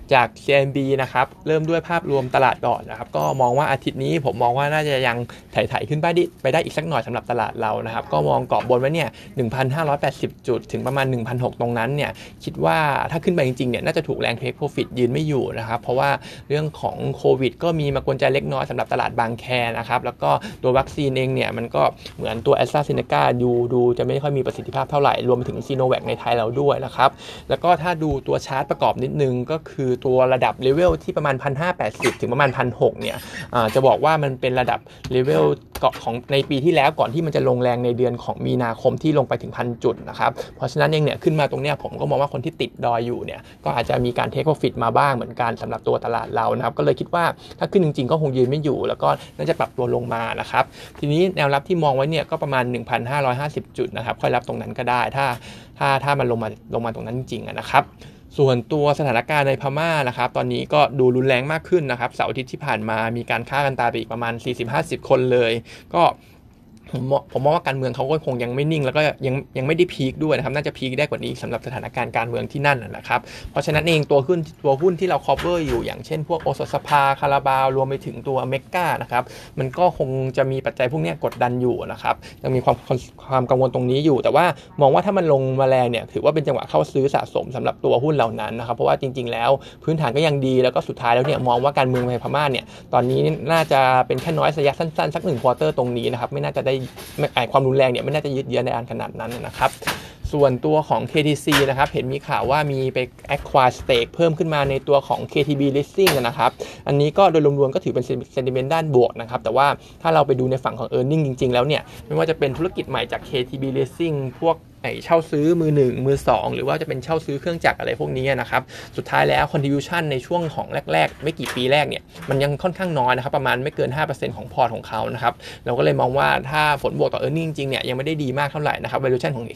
จาก CMB นะครับเริ่มด้วยภาพรวมตลาดก่อนนะครับก็มองว่าอาทิตย์นี้ผมมองว่าน่าจะยังไถ่ๆขึ้นไปได้อีกสักหน่อยสำหรับตลาดเรานะครับก็มองกรอบบนไว้เนี่ย 1,580 จุดถึงประมาณ 1,600 ตรงนั้นเนี่ยคิดว่าถ้าขึ้นไปจริงๆเนี่ยน่าจะถูกแรงเทคโปรฟิตยืนไม่อยู่นะครับเพราะว่าเรื่องของโควิดก็มีมากวนใจเล็กน้อยสำหรับตลาดบางแคนะครับแล้วก็ตัววัคซีนเองเนี่ยมันก็เหมือนตัว AstraZeneca ดูจะไม่ค่อยมีประสิทธิภาพเท่าไหร่รวมไปถึงซีโนแวคในไทยเราด้วยนะครับแล้วก็ถ้าดูตัวชาร์ตประกอบนิดนึงก็คือตัวระดับเลเวลที่ประมาณ 1,580 ถึงประมาณ 1,600 เนี่ยจะบอกว่ามันเป็นระดับเลเวลของในปีที่แล้วก่อนที่มันจะลงแรงในเดือนของมีนาคมที่ลงไปถึง 1,000 จุดนะครับเพราะฉะนั้นเองเนี่ยขึ้นมาตรงเนี้ยผมก็มองว่าคนที่ติดดอยอยู่เนี่ยก็อาจจะมีการเทคโปรฟิตมาบ้างเหมือนกันสำหรับตัวตลาดเรานะครับก็เลยคิดว่าถ้าขึ้นจริงๆก็คงยืนไม่อยู่แล้วก็น่าจะปรับตัวลงมานะครับทีนี้แนวรับที่มองไว้เนี่ยก็ประมาณ 1,550 จุดนะครับค่อยรับตรงนั้นก็ได้ถ้ามันลงมาตรงนั้นจริงๆนะครับส่วนตัวสถานการณ์ในพม่านะครับตอนนี้ก็ดูรุนแรงมากขึ้นนะครับเสาร์อาทิตย์ที่ผ่านมามีการฆ่ากันตายไปอีกประมาณ 40-50 คนเลยก็ผมมองว่าการเมืองเขาก็คงยังไม่นิ่งแล้วก็ยังไม่ได้พีคด้วยนะครับน่าจะพีคได้กว่านี้สำหรับสถานการณ์การเมืองที่นั่นนะครับเพราะฉะนั้นเองตัวหุ้นที่เรา cover อยู่อย่างเช่นพวกโอสถสภาคาราบาวรวมไปถึงตัวเมกานะครับมันก็คงจะมีปัจจัยพวกนี้กดดันอยู่นะครับยังมีความกังวลตรงนี้อยู่แต่ว่ามองว่าถ้ามันลงมาแรงเนี่ยถือว่าเป็นจังหวะเข้าซื้อสะสมสำหรับตัวหุ้นเหล่านั้นนะครับเพราะว่าจริงๆแล้วพื้นฐานก็ยังดีแล้วก็สุดท้ายแล้วเนี่ยมองว่าการเมืองในพม่าเนี่ยตอนนี้น่าจะเป็นแค่น้อยระยะสั้นๆสัก1 ควอเตอร์ตรงนี้นะครับไม่น่าจะได้ความรุนแรงเนี่ยไม่น่าจะยืดเยื้อในอันขนาดนั้นนะครับส่วนตัวของ KTC นะครับเห็นมีข่าวว่ามีไป acquire stake เพิ่มขึ้นมาในตัวของ KTB Leasing นะครับอันนี้ก็โดยรวมๆก็ถือเป็น sentiment ด้านบวกนะครับแต่ว่าถ้าเราไปดูในฝั่งของ earning จริงๆแล้วเนี่ยไม่ว่าจะเป็นธุรกิจใหม่จาก KTB Leasing พวกเช่าซื้อมือ1มือ2หรือว่าจะเป็นเช่าซื้อเครื่องจักรอะไรพวกนี้นะครับสุดท้ายแล้ว contribution ในช่วงของแรกๆไม่กี่ปีแรกเนี่ยมันยังค่อนข้างน้อยนะครับประมาณไม่เกิน 5% ของพอร์ตของเขานะครับเราก็เลยมองว่าถ้าผลบวกต่อ earning จริงๆเนี่ยยังไม่ได้ดีมากเท่าไหร่นะครับ valuation ของ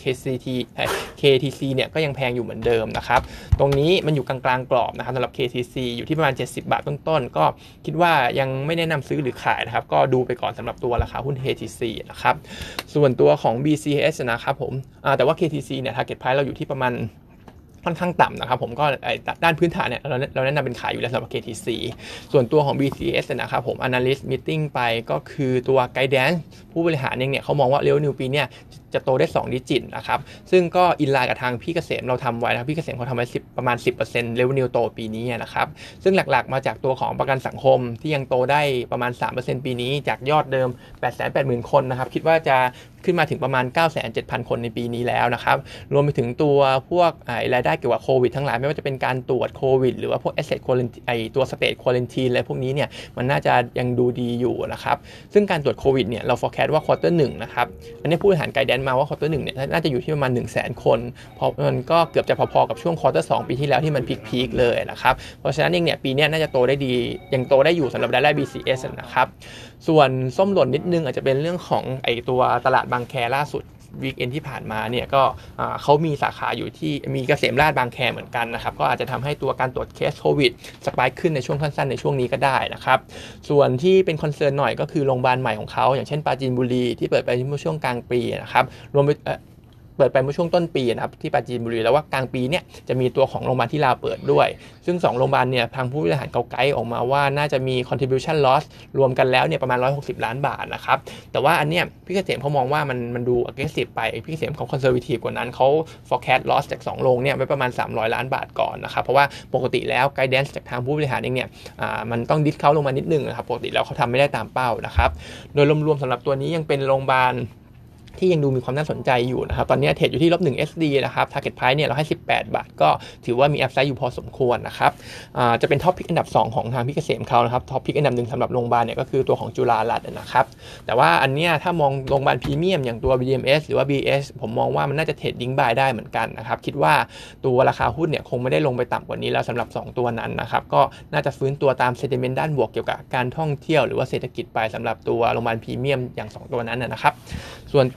KTC เนี่ยก็ยังแพงอยู่เหมือนเดิมนะครับตรงนี้มันอยู่กลางๆกรอบนะครับสำหรับ KTC อยู่ที่ประมาณ70 บาทต้นๆก็คิดว่ายังไม่แนะนำซื้อหรือขายนะครับก็ดูไปก่อนสำหรับตัวราคาหุ้น KTC นะครับส่วนตัวของ BCS นะครับผมแต่ว่า KTC เนี่ย target price เราอยู่ที่ประมาณค่อนข้างต่ำนะครับผมก็ด้านพื้นฐานเนี่ยเราแนะนำเป็นขายอยู่แล้วสำหรับ KTC ส่วนตัวของ BCS นะครับผม analyst meeting ไปก็คือตัว guidance ผู้บริหารเองเนี่ยเขามองว่า revenue ปีเนี่ยจะโตได้2 ดิจิตนะครับซึ่งก็อินไลน์กับทางพี่เกษมเราทำไว้นะครับพี่เกษมเขาทำไว้ประมาณ 10% revenue โตปีนี้นะครับซึ่งหลักๆมาจากตัวของประกันสังคมที่ยังโตได้ประมาณ 3% ปีนี้จากยอดเดิม 880,000 คนนะครับคิดว่าจะขึ้นมาถึงประมาณ 970,000 คนในปีนี้แล้วนะครับรวมไปถึงตัวพวกรายได้เกี่ยวกับโควิดทั้งหลายไม่ว่าจะเป็นการตรวจโควิดหรือว่าพวก asset quarantine ตัว state quarantine อะไรพวกนี้เนี่ยมันน่าจะยังดูดีอยู่นะครับซึ่งการตรวจโควิดเนี่ยเรา forecast ว่า quarter 1นะครับอันนี้ผู้บริหาร guidance มาว่า quarter 1เนี่ยน่าจะอยู่ที่ประมาณ 100,000 คนเพราะมันก็เกือบจะพอๆกับช่วง quarter 2ปีที่แล้วที่มันพีคๆเลยนะครับเพราะฉะนั้นเองเนี่ยปีนี้น่าจะโตได้ดียังโตได้อยู่สำหรับรายได้ BCS นะครับส่วนส้มหล่นนิดนึงอาจจะเป็นเรื่องของตัวตลาดบางแคล่าสุดวีคเอนที่ผ่านมาเนี่ยก็เขามีสาขาอยู่ที่มีเกษมราษฎร์บางแคเหมือนกันนะครับก็อาจจะทำให้ตัวการตรวจเคสโควิดสปายขึ้นในช่วงสั้นๆในช่วงนี้ก็ได้นะครับส่วนที่เป็นคอนเซิร์นหน่อยก็คือโรงพยาบาลใหม่ของเขาอย่างเช่นปราจีนบุรีที่เปิดไปเมื่อช่วงกลางปีนะครับรวมไปเปิดไปเมื่อช่วงต้นปีนะครับที่ปราจีนบุรีแล้วว่ากลางปีเนี่ยจะมีตัวของโรงพยาบาลที่ลาวเปิดด้วยซึ่ง2โรงพยาบาลเนี่ยทางผู้บริหารเขาไกด์ออกมาว่าน่าจะมี contribution loss รวมกันแล้วเนี่ยประมาณ160 ล้านบาทนะครับแต่ว่าอันเนี้ยพี่เกษมเขามองว่ามันดู aggressive ไปพี่เกษมเขา conservative กว่านั้นเขา forecast loss จาก2โรงเนี่ยไว้ประมาณ300 ล้านบาทก่อนนะครับเพราะว่าปกติแล้ว guidance จากทางผู้บริหารเองเนี่ยมันต้อง discount ลงมานิดนึงนะครับปกติแล้วเขาทำไม่ได้ตามเป้านะครับโดยรวมๆสำหรับตัวนี้ยังเป็นโรงพยาบาลที่ยังดูมีความน่าสนใจอยู่นะครับตอนนี้เทรดอยู่ที่-1 SD นะครับ target price เนี่ยเราให้18 บาทก็ถือว่ามี upside อยู่พอสมควรนะครับจะเป็นท็อปพิกอันดับ2ของทางพี่เกษมเขานะครับท็อปพิกอันดับ1สำหรับโรงพยาบาลเนี่ยก็คือตัวของจุฬารัตน์นะครับแต่ว่าอันเนี้ยถ้ามองโรงพยาบาลพรีเมียมอย่างตัว BDMs หรือว่า BS ผมมองว่ามันน่าจะเทรดดิ้งบายได้เหมือนกันนะครับคิดว่าตัวราคาหุ้นเนี่ยคงไม่ได้ลงไปต่ำกว่านี้แล้วสำหรับ2ตัวนั้นนะครับก็น่าจะฟื้นตัวตาม sentiment ด้านบวกเกี่ยวกับการท่องเที่ยวหรือว่าเศรษฐกิจไปสำหรับตัวโรงพยาบาลพรีเมียมอย่าง2ตัวนั้นนะครับส่วน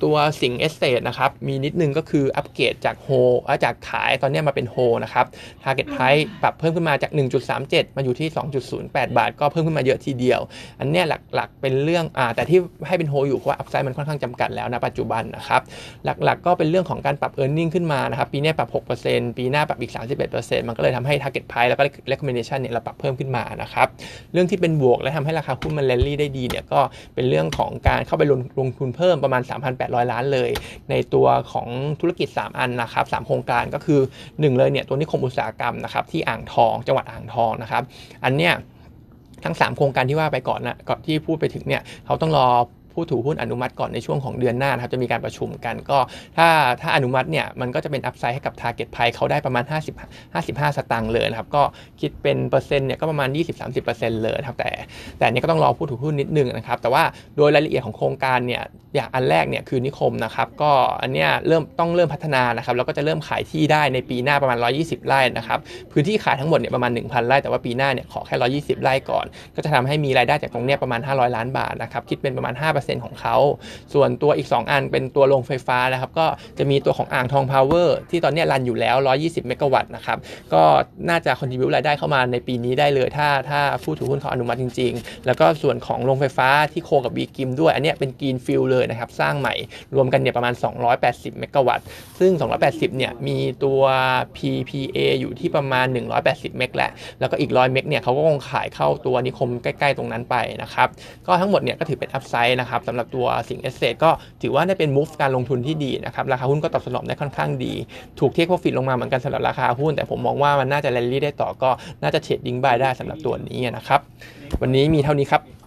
ตัวสิงห์เอสเตทนะครับมีนิดนึงก็คืออัปเกรดจากโฮจากขายตอนนี้มาเป็นโฮนะครับ Target Price ปรับเพิ่มขึ้นมาจาก 1.37 มาอยู่ที่ 2.08 บาทก็เพิ่มขึ้นมาเยอะทีเดียวอันนี้หลักๆเป็นเรื่องแต่ที่ให้เป็นโฮอยู่เพราะว่าอัพไซด์มันค่อนข้างจำกัดแล้วนะปัจจุบันนะครับหลักๆก็เป็นเรื่องของการปรับ earning ขึ้นมานะครับปีนี้ปรับ 6% ปีหน้าปรับอีก 31% มันก็เลยทำให้ Target Price แล้วก็ Recommendation เนี่ยเราปรับเพิ่มขึ้นมานะครับเรื่องที่เป็นบวกและทำให้ราคาหุ้นมันแรลลี่ได้ดีเนี่ยก็เป็นเรื่องของการเข้าไปลงทุนเพิ่มประมาณ 3,800 ล้านเลยในตัวของธุรกิจ3อันนะครับ3โครงการก็คือ1เลยเนี่ยตัวนิคมอุตสาหกรรมนะครับที่อ่างทองจังหวัดอ่างทองนะครับอันเนี้ยทั้ง3โครงการที่ว่าไปก่อนที่พูดไปถึงเนี่ยเขาต้องรอผู้ถือหุ้นอนุมัติก่อนในช่วงของเดือนหน้านะครับจะมีการประชุมกันก็ถ้าอนุมัติเนี่ยมันก็จะเป็นอัพไซด์ให้กับ Target Price เขาได้ประมาณ55 สตางค์เลยนะครับก็คิดเป็นเปอร์เซ็นต์เนี่ยก็ประมาณ 20-30% เลยครับแต่นี่ก็ต้องรอผู้ถือหุ้นนิดนึงนะครับแต่ว่าโดยรายละเอียดของโครงการเนี่ยอย่างอันแรกเนี่ยคือนิคมนะครับก็อันเนี้ยต้องเริ่มพัฒนานะครับแล้วก็จะเริ่มขายที่ได้ในปีหน้าประมาณ120ไร่นะครับพื้นที่ขายทั้งหมดเนี่ยประมาณ 1,000 ไร่แต่ว่าปีหน้าเนี่ยขอแค่120ไร่ก่อนก็จะทำให้มีรายได้จากตรงเนี้ยประมาณ500ล้านบาทนะครับคิดเป็นประมาณ 5% ของเขาส่วนตัวอีก2อันเป็นตัวโรงไฟฟ้านะครับก็จะมีตัวของอ่างทองพาวเวอร์ที่ตอนนี้รันอยู่แล้ว120เมกะวัตต์นะครับก็น่าจะคอนทริบิวต์รายได้เข้ามาในปีนี้ได้เลยถ้าผู้ถือหุ้นเขาอนุมัติจริงๆแล้วก็ส่วนของโรงไฟฟ้าที่โคกับบีกิมด้วยอันนี้เป็นกรีนฟิลด์เลยนะครับสร้างใหม่รวมกันเนี่ยประมาณ280เมกะวัตต์ซึ่ง280เนี่ยมีตัว PPA อยู่ที่ประมาณ180เมกแล้วก็อีก100เมกเนี่ยเขาก็คงขายเข้าตัวนิคมใกล้ๆตรงนั้นไปนะครับก็ทั้งหมดเนี่ยก็ถือเป็นอัพไซด์นะครับสำหรับตัวสิงห์เอสเตทก็ถือว่าได้เป็นมูฟการลงทุนที่ดีนะครับราคาหุ้นก็ตอบสนองได้ค่อนข้างดีถูกเทคโปรฟิตลงมาเหมือนกันสำหรับราคาหุ้นแต่ผมมองว่ามันน่าจะแรลลี่ได้ต่อก็น่าจะเทรดดิ้งบายได้สำหรับตัวนี้นะครับวันนี้มีเท่านี้ครับ